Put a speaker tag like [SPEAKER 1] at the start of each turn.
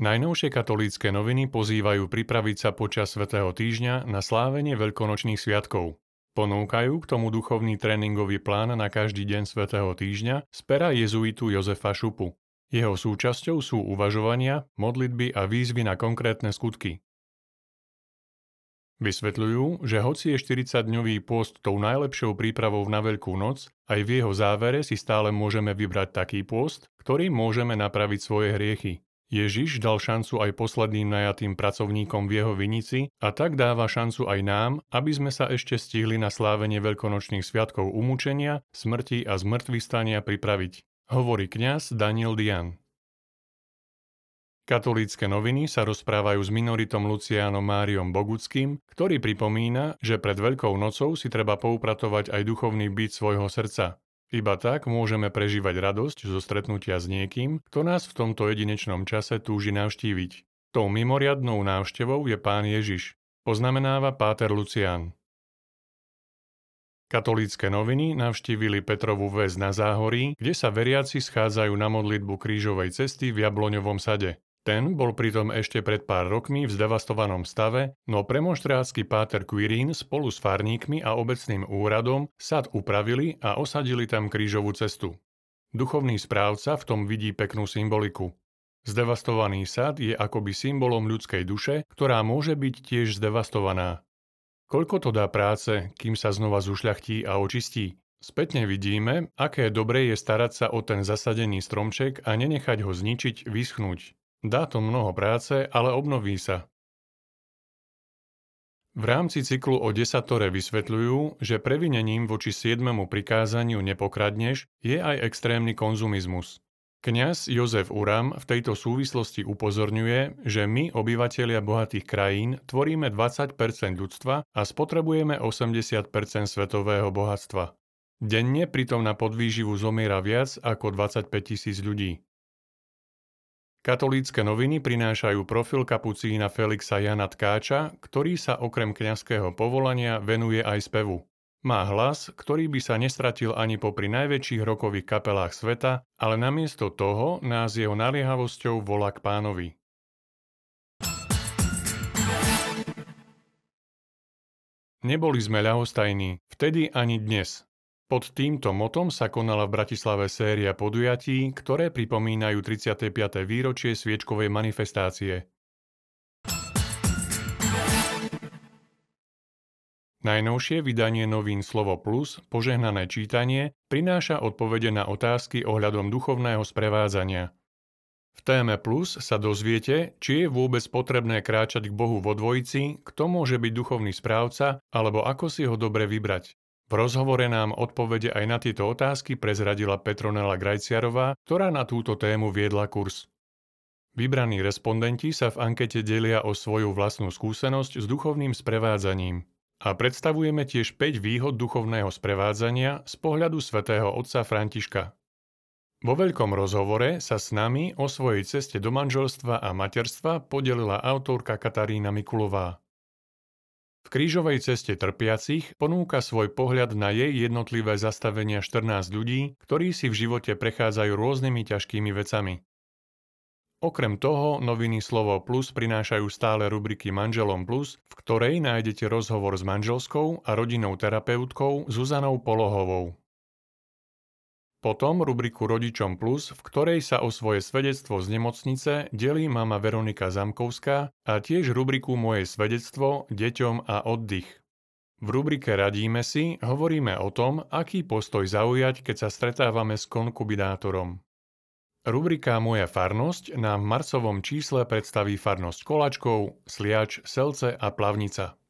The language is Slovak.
[SPEAKER 1] Najnovšie katolícke noviny pozývajú pripraviť sa počas Svätého týždňa na slávenie veľkonočných sviatkov. Ponúkajú k tomu duchovný tréningový plán na každý deň Svätého týždňa z pera jezuitu Jozefa Šupu. Jeho súčasťou sú uvažovania, modlitby a výzvy na konkrétne skutky. Vysvetľujú, že hoci je 40-dňový pôst tou najlepšou prípravou na Veľkú noc, aj v jeho závere si stále môžeme vybrať taký pôst, ktorým môžeme napraviť svoje hriechy. Ježiš dal šancu aj posledným najatým pracovníkom v jeho vinici a tak dáva šancu aj nám, aby sme sa ešte stihli na slávenie veľkonočných sviatkov umúčenia, smrti a zmŕtvystania pripraviť, hovorí kňaz Daniel Dian. Katolícke noviny sa rozprávajú s minoritom Luciánom Máriom Boguckým, ktorý pripomína, že pred Veľkou nocou si treba poupratovať aj duchovný byt svojho srdca. Iba tak môžeme prežívať radosť zo stretnutia s niekým, kto nás v tomto jedinečnom čase túži navštíviť. Tou mimoriadnou návštevou je Pán Ježiš, poznamenáva páter Lucián. Katolícke noviny navštívili Petrovú väz na Záhorí, kde sa veriaci schádzajú na modlitbu krížovej cesty v Jabloňovom sade. Ten bol pritom ešte pred pár rokmi v zdevastovanom stave, no premonštrátsky páter Quirín spolu s farníkmi a obecným úradom sad upravili a osadili tam krížovú cestu. Duchovný správca v tom vidí peknú symboliku. Zdevastovaný sad je akoby symbolom ľudskej duše, ktorá môže byť tiež zdevastovaná. Koľko to dá práce, kým sa znova zušľachtí a očistí? Spätne vidíme, aké dobre je starať sa o ten zasadený stromček a nenechať ho zničiť, vyschnúť. Dá to mnoho práce, ale obnoví sa. V rámci cyklu o desatore vysvetľujú, že previnením voči 7. prikázaniu nepokradneš je aj extrémny konzumizmus. Kňaz Jozef Uram v tejto súvislosti upozorňuje, že my, obyvatelia bohatých krajín, tvoríme 20% ľudstva a spotrebujeme 80% svetového bohatstva. Denne pritom na podvýživu zomiera viac ako 25 000 ľudí. Katolícke noviny prinášajú profil kapucína Felixa Jana Tkáča, ktorý sa okrem kňazského povolania venuje aj spevu. Má hlas, ktorý by sa nestratil ani popri najväčších rockových kapelách sveta, ale namiesto toho nás jeho naliehavosťou volá k Pánovi. Neboli sme ľahostajní, vtedy ani dnes. Pod týmto motom sa konala v Bratislave séria podujatí, ktoré pripomínajú 35. výročie sviečkovej manifestácie. Najnovšie vydanie novín Slovo Plus, požehnané čítanie, prináša odpovede na otázky ohľadom duchovného sprevádzania. V téme Plus sa dozviete, či je vôbec potrebné kráčať k Bohu vo dvojici, kto môže byť duchovný správca, alebo ako si ho dobre vybrať. V rozhovore nám odpovede aj na tieto otázky prezradila Petronela Grajciarová, ktorá na túto tému viedla kurz. Vybraní respondenti sa v ankete delia o svoju vlastnú skúsenosť s duchovným sprevádzaním. A predstavujeme tiež 5 výhod duchovného sprevádzania z pohľadu svätého otca Františka. Vo veľkom rozhovore sa s nami o svojej ceste do manželstva a materstva podelila autorka Katarína Mikulová. V krížovej ceste trpiacich ponúka svoj pohľad na jej jednotlivé zastavenia 14 ľudí, ktorí si v živote prechádzajú rôznymi ťažkými vecami. Okrem toho, noviny Slovo Plus prinášajú stále rubriky Manželom Plus, v ktorej nájdete rozhovor s manželskou a rodinnou terapeutkou Zuzanou Polohovou. Potom rubriku Rodičom Plus, v ktorej sa o svoje svedectvo z nemocnice delí mama Veronika Zamkovská a tiež rubriku Moje svedectvo deťom a oddych. V rubrike Radíme si hovoríme o tom, aký postoj zaujať, keď sa stretávame s konkubinátorom. Rubrika Moja farnosť nám v marcovom čísle predstaví farnosť Kolačkov, Sliač, Selce a Plavnica.